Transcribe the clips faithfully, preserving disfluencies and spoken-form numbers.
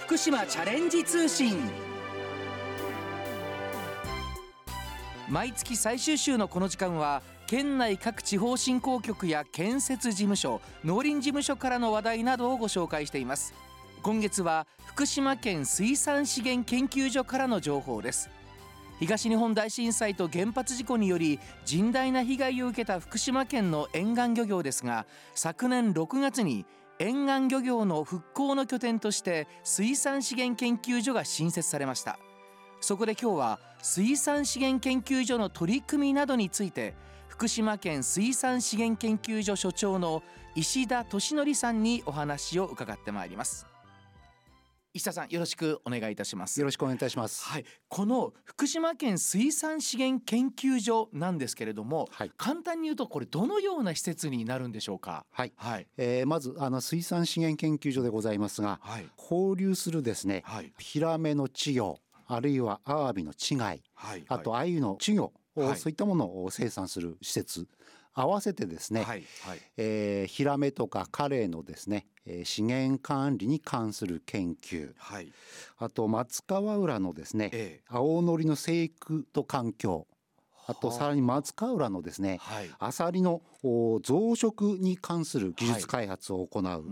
福島チャレンジ通信。毎月最終週のこの時間は、県内各地方振興局や建設事務所、農林事務所からの話題などをご紹介しています。今月は福島県水産資源研究所からの情報です。東日本大震災と原発事故により甚大な被害を受けた福島県の沿岸漁業ですが、昨年ろくがつに沿岸漁業の復興の拠点として水産資源研究所が新設されました。そこで今日は水産資源研究所の取り組みなどについて、福島県水産資源研究所所長の石田俊則さんにお話を伺ってまいります。石田さん、よろしくお願いいたします。 よろしくお願いいたします。 はい、この福島県水産資源研究所なんですけれども、 はい、 簡単に言うとこれどのような施設になるんでしょうか。 はい、 はい、 えー、まずあの水産資源研究所でございますが、はい、放流するですね、はい、ヒラメの稚魚、あるいはアワビの稚貝、はい、あとアユの稚魚、はい、そういったものを生産する施設、合わせてですね、はいはい、えー、ヒラメとかカレイのですね、えー、資源管理に関する研究、はい、あと松川浦のですね、えー、青のりの生育と環境、あとさらに松川浦のですね、はい、アサリの増殖に関する技術開発を行う、はい、うん、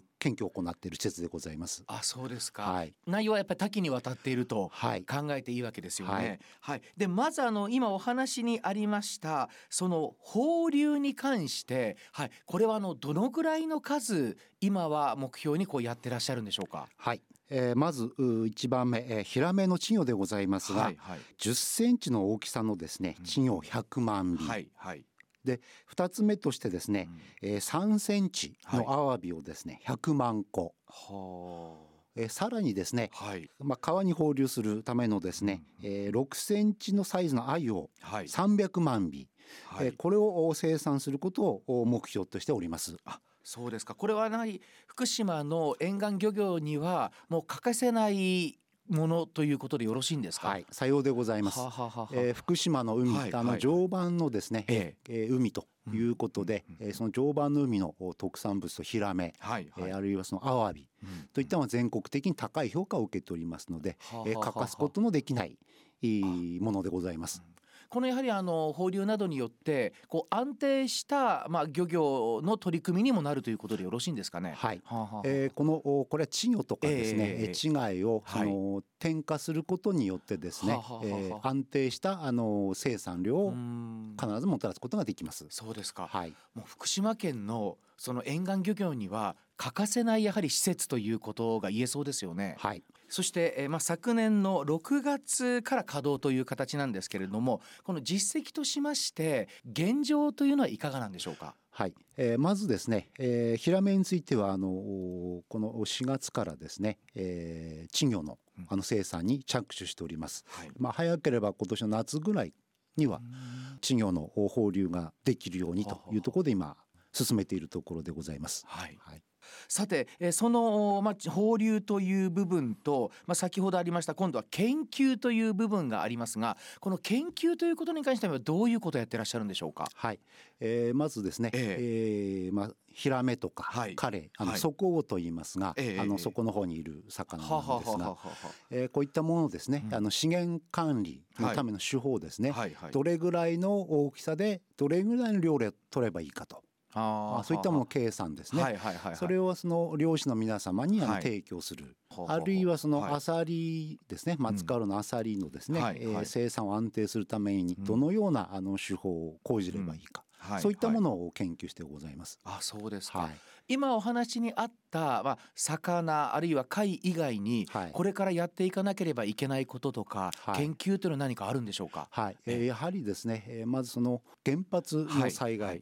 研究を行っている施設でございます。 あ、そうですか。 はい、 内容はやっぱり多岐にわたっていると考えていいわけですよね。はいはい、でまずあの今お話にありましたその放流に関して、はい、これはあのどのぐらいの数今は目標にこうやってらっしゃるんでしょうか。 はい、えー、まずいちばんめ、えー、ヒラメの稚魚でございますが、はいはい、じゅっセンチの大きさのですね稚魚ひゃくまんび、うん、はいはい、でふたつめとしてですね、うん、えー、さんセンチのアワビをですね、はい、ひゃくまんこ、はえー、さらにですね、はい、まあ、川に放流するためのですね、うん、えー、ろくセンチのサイズのアユをさんびゃくまんび、はい、えー、これを生産することを目標としております。 あ、そうですか。これはやはり福島の沿岸漁業にはもう欠かせないものということでよろしいんですか。 はい、さようでございます。はははは、えー、福島の海、はい、あの常磐のですね、ええー、海ということで、うんうんうん、えー、その常磐の海の特産物とヒラメ、はいはい、えー、あるいはそのアワビ、うんうん、といったのは全国的に高い評価を受けておりますので、はははは、えー、欠かすことのできないいいものでございます。 このやはりあの放流などによってこう安定した、まあ、漁業の取り組みにもなるということでよろしいんですかね。 はい、はあはあ、えー、このこれは稚魚とかですね、えー、稚貝を、はい、あの添加することによってですね、はあはあはあ、えー、安定したあの生産量を必ずもたらすことができます。 そうですか。 はい、 もう福島県のその沿岸漁業には欠かせないやはり施設ということが言えそうですよね。 はい、 そして、えーまあ、昨年のろくがつから稼働という形なんですけれども、この実績としまして現状というのはいかがなんでしょうか。 はい、えー、まずですね、えー、ヒラメについてはあのこのしがつからですね、えー、稚魚のあの生産に着手しております。はい、まあ、早ければ今年の夏ぐらいには稚魚の放流ができるようにというところで今進めているところでございます。 はいはい、さてその、まあ、放流という部分と、まあ、先ほどありました今度は研究という部分がありますが、この研究ということに関してはどういうことをやってらっしゃるんでしょうか。 はい、えー、まずですね、えーえーまあ、ヒラメとか、はい、カレイ、あの、はい、底魚と言いますが、えー、あの底の方にいる魚なんですが、えー、こういったものですね、うん、あの資源管理のための手法ですね、はいはいはい、どれぐらいの大きさでどれぐらいの量で取ればいいかと、ああ、そういったもの計算ですね、はいはいはいはい、それをその漁師の皆様にあの提供する、はい、あるいはそのアサリですね、はい、松川のアサリのですね、うん、えーはい、生産を安定するためにどのようなあの手法を講じればいいか、うん、そういったものを研究してございます。 はいはい、あ、そうですか。はい、今お話にあった、まあ、魚あるいは貝以外に、はい、これからやっていかなければいけないこととか、はい、研究というのは何かあるんでしょうか。 はい、えー、やはりですね、えー、まずその原発の災害、はい、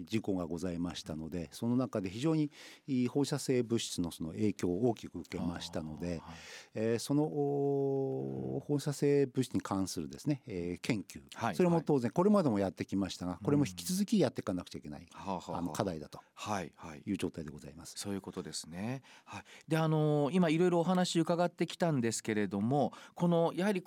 事故がございましたので、その中で非常に放射性物質のその影響を大きく受けましたので、はい、えー、その放射性物質に関するですね、えー、研究、はい、それも当然これまでもやってきましたが、これも引き続きやっていかなくちゃいけない、うん、あの課題だという状態でございます。 そういうことですね。はい、であのー、今いろいろお話伺ってきたんですけれども、このやはりこう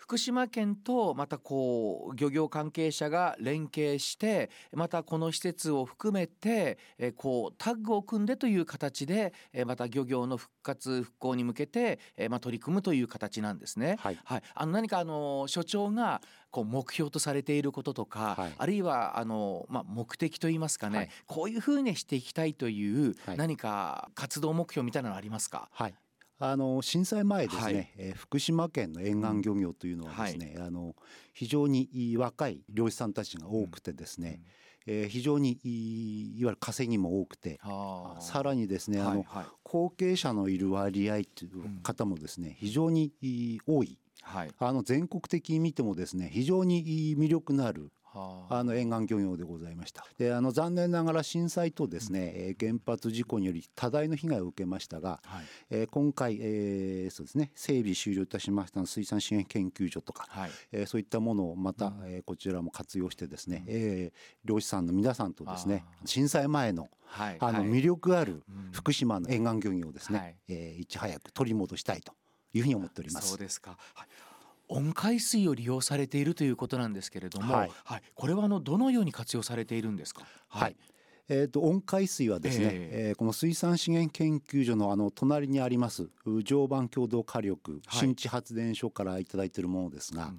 福島県とまたこう漁業関係者が連携して、またこの施設を含めてえこうタッグを組んでという形でえまた漁業の復活復興に向けてえまあ取り組むという形なんですね。 はい、 はい、あの何かあの所長がこう目標とされていることとか、はい、あるいはあの、まあ、目的といいますかね、はい、こういうふうにしていきたいという何か活動目標みたいなのありますか？ はい、あの震災前ですね、はい、えー、福島県の沿岸漁業というのはですね、はい、あの非常に若い漁師さんたちが多くてですね、うんえー、非常にいわゆる稼ぎも多くて、さらにですね、あの、はいはい、後継者のいる割合という方もですね、うん、非常に多い、はい、あの全国的に見てもですね非常に魅力のあるあの沿岸漁業でございました。であの残念ながら震災とですね、うん、原発事故により多大の被害を受けましたが、はい、えー、今回、えーそうですね、整備終了いたしました水産資源研究所とか、はい、えー、そういったものをまた、うん、えー、こちらも活用してですね、うん、えー、漁師さんの皆さんとですね震災前の、はい、あの魅力ある福島の沿岸漁業をですね、はい、えー、いち早く取り戻したいというふうに思っております。 そうですか。はい、温海水を利用されているということなんですけれども、はいはい、これはあのどのように活用されているんですか？ はい、はい、えー、と温海水はですね、えーえー、この水産資源研究所のあの隣にあります常磐共同火力新地発電所からいただいているものですが、はい、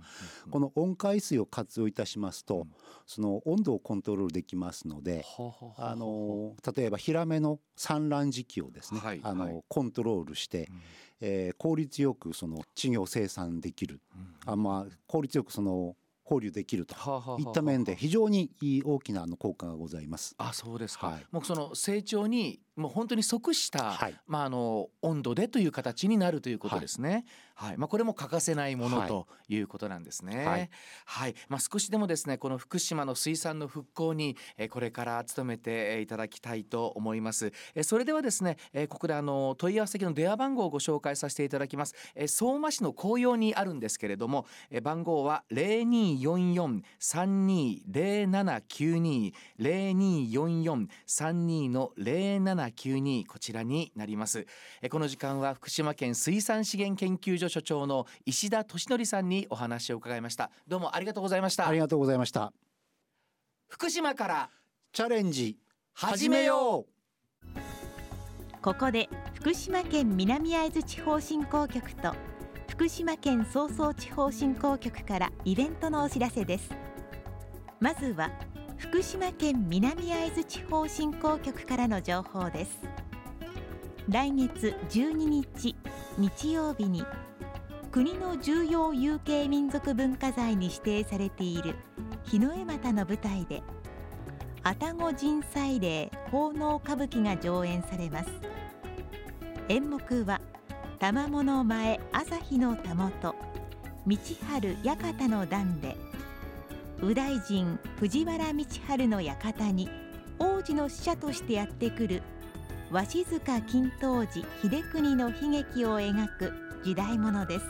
この温海水を活用いたしますと、うん、その温度をコントロールできますので、あの例えばヒラメの産卵時期をですね、はい、あのコントロールして、うん、えー、効率よくその稚魚を生産できる、うん、あまあ、効率よくその放流できるといった面で非常に大きなあの効果がございます。 あ、そうですか。はい、もうその成長にもう本当に即した、はい、まあ、あの温度でという形になるということですね。はいはい、まあ、これも欠かせないものということなんですね。はいはい、まあ、少しでもですねこの福島の水産の復興にえこれから努めていただきたいと思います。えそれではですねえここであの問い合わせ先の電話番号をご紹介させていただきます。え相馬市の紅葉にあるんですけれども、え番号は ゼロにーよんよんさんにーゼロななきゅうに ゼロにーよんよんさんにーのゼロななきゅうに、こちらになります。えこの時間は福島県水産資源研究所所長の石田俊則さんにお話を伺いました。どうもありがとうございました。 ありがとうございました。 福島からチャレンジ始めよう。 ここで福島県南会津地方振興局と福島県総総地方振興局からイベントのお知らせです。まずは福島県南会津地方振興局からの情報です。来月じゅうににち日曜日に国の重要有形民族文化財に指定されている日の絵又の舞台で愛宕神祭礼奉納歌舞伎が上演されます。演目は玉物前朝日のたもと道春館の段で、右大臣藤原道春の館に王子の使者としてやってくる鷲塚金藤寺秀邦の悲劇を描く時代物です。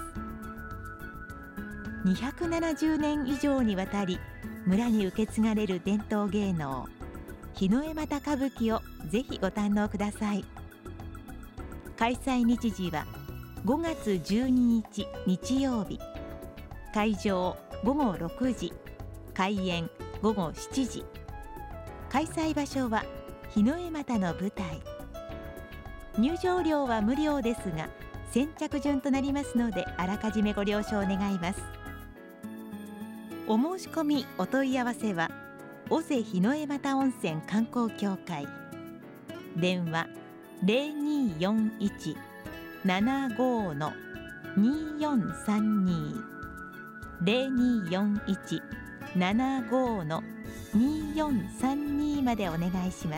にひゃくななじゅうねん以上にわたり村に受け継がれる伝統芸能日の絵又歌舞伎をぜひご堪能ください。開催日時はごがつじゅうににち日曜日、会場ごごろくじ、開演ごごしちじ、開催場所は日の絵又の舞台。入場料は無料ですが先着順となりますのであらかじめご了承願います。お申し込みお問い合わせは尾瀬日の絵又温泉観光協会、電話 ゼロにーよんいち ななご の にーよんさんに ゼロにーよんいち ななご の にーよんさんに までお願いします。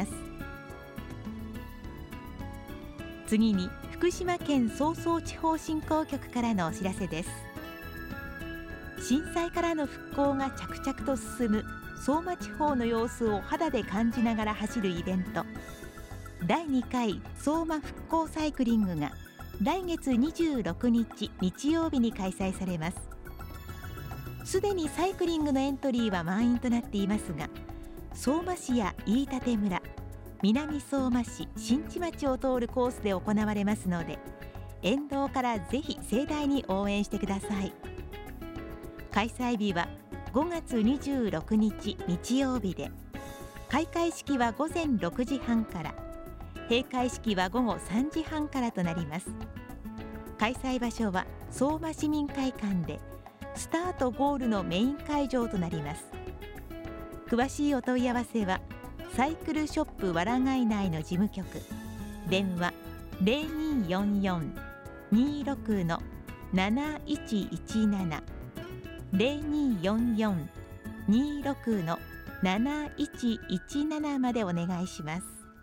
次に福島県総総地方振興局からのお知らせです。震災からの復興が着々と進む相馬地方の様子を肌で感じながら走るイベント、だいにかい相馬復興サイクリングが来月にじゅうろくにち日曜日に開催されます。すでにサイクリングのエントリーは満員となっていますが、相馬市や飯舘村、南相馬市、新地町を通るコースで行われますので、沿道からぜひ盛大に応援してください。 開催日はごがつにじゅうろくにち日曜日で、開会式はごぜんろくじはんから、閉会式はごごさんじはんからとなります。開催場所は相馬市民会館で、スタートゴールのメイン会場となります。詳しいお問い合わせはサイクルショップわらがい内の事務局、電話 ゼロにーよんよん にーろく のなないちいちなな ゼロにーよんよん にーろく のなないちいちななまでお願いします。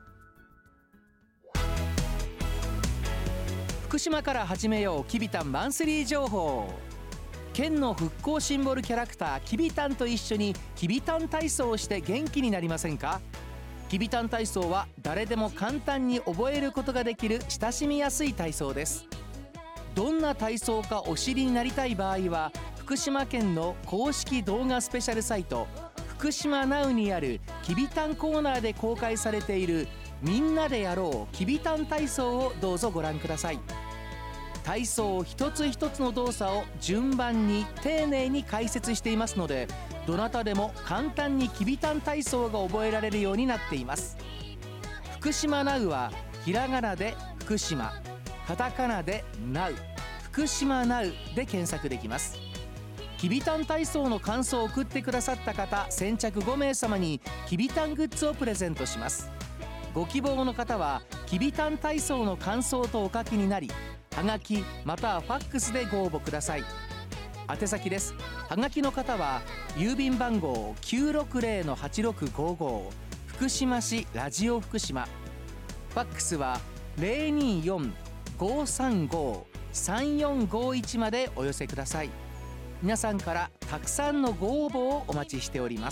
福島から始めようきびたんマンスリー情報。県の復興シンボルキャラクターきびたんと一緒にきびたん体操をして元気になりませんか？きびたん体操は誰でも簡単に覚えることができる親しみやすい体操です。どんな体操かお知りになりたい場合は、福島県の公式動画スペシャルサイト福島ナウにあるきびたんコーナーで公開されているみんなでやろうきびたん体操をどうぞご覧ください。体操一つ一つの動作を順番に丁寧に解説していますので、どなたでも簡単にきびたん体操が覚えられるようになっています。福島ナウはひらがなで福島、カタカナでナウ、福島ナウで検索できます。きびたん体操の感想を送ってくださった方先着ごめいさまにきびたんグッズをプレゼントします。ご希望の方はきびたん体操の感想とお書きになり、はがきまたはファックスでご応募ください。宛先です。はがきの方は郵便番号 きゅうろくぜろのはちろくごご 福島市ラジオ福島、ファックスは ゼロにーよん ごさんご さんよんごいち までお寄せください。皆さんからたくさんのご応募をお待ちしております。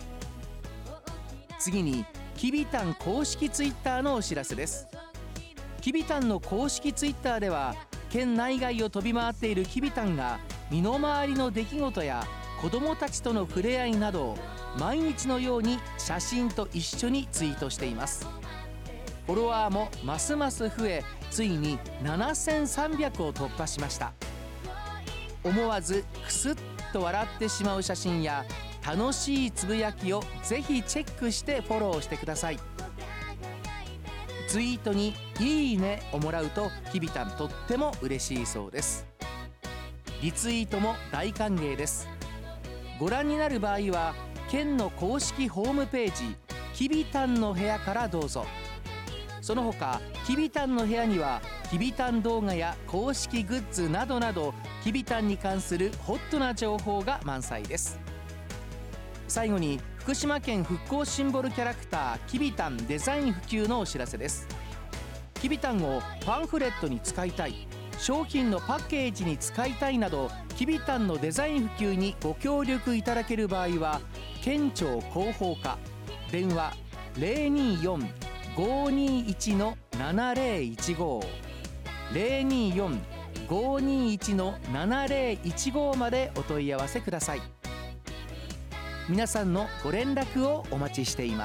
次にきびたん公式ツイッターのお知らせです。きびたんの公式ツイッターでは、県内外を飛び回っているきびたんが身の回りの出来事や子どもたちとの触れ合いなどを毎日のように写真と一緒にツイートしています。フォロワーもますます増え、ついにななせんさんびゃくを突破しました。思わずクスッと笑ってしまう写真や楽しいつぶやきをぜひチェックしてフォローしてください。ツイートにいいねをもらうときびたんとっても嬉しいそうです。リツイートも大歓迎です。ご覧になる場合は県の公式ホームページきびたんの部屋からどうぞ。その他きびたんの部屋にはきびたん動画や公式グッズなどなどきびたんに関するホットな情報が満載です。最後に福島県復興シンボルキャラクターきびたんデザイン普及のお知らせです。きびたんをパンフレットに使いたい、商品のパッケージに使いたいなどきびたんのデザイン普及にご協力いただける場合は県庁広報課電話 ゼロにーよん ごにーいち のななぜろいちご ゼロにーよん ごにーいち のななぜろいちご までお問い合わせください。皆さんのご連絡をお待ちしています。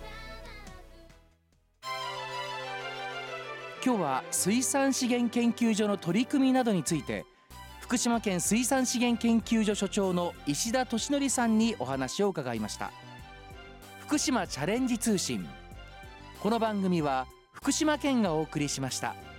今日は水産資源研究所の取り組みなどについて、福島県水産資源研究所所長の石田俊則さんにお話を伺いました。福島チャレンジ通信、この番組は福島県がお送りしました。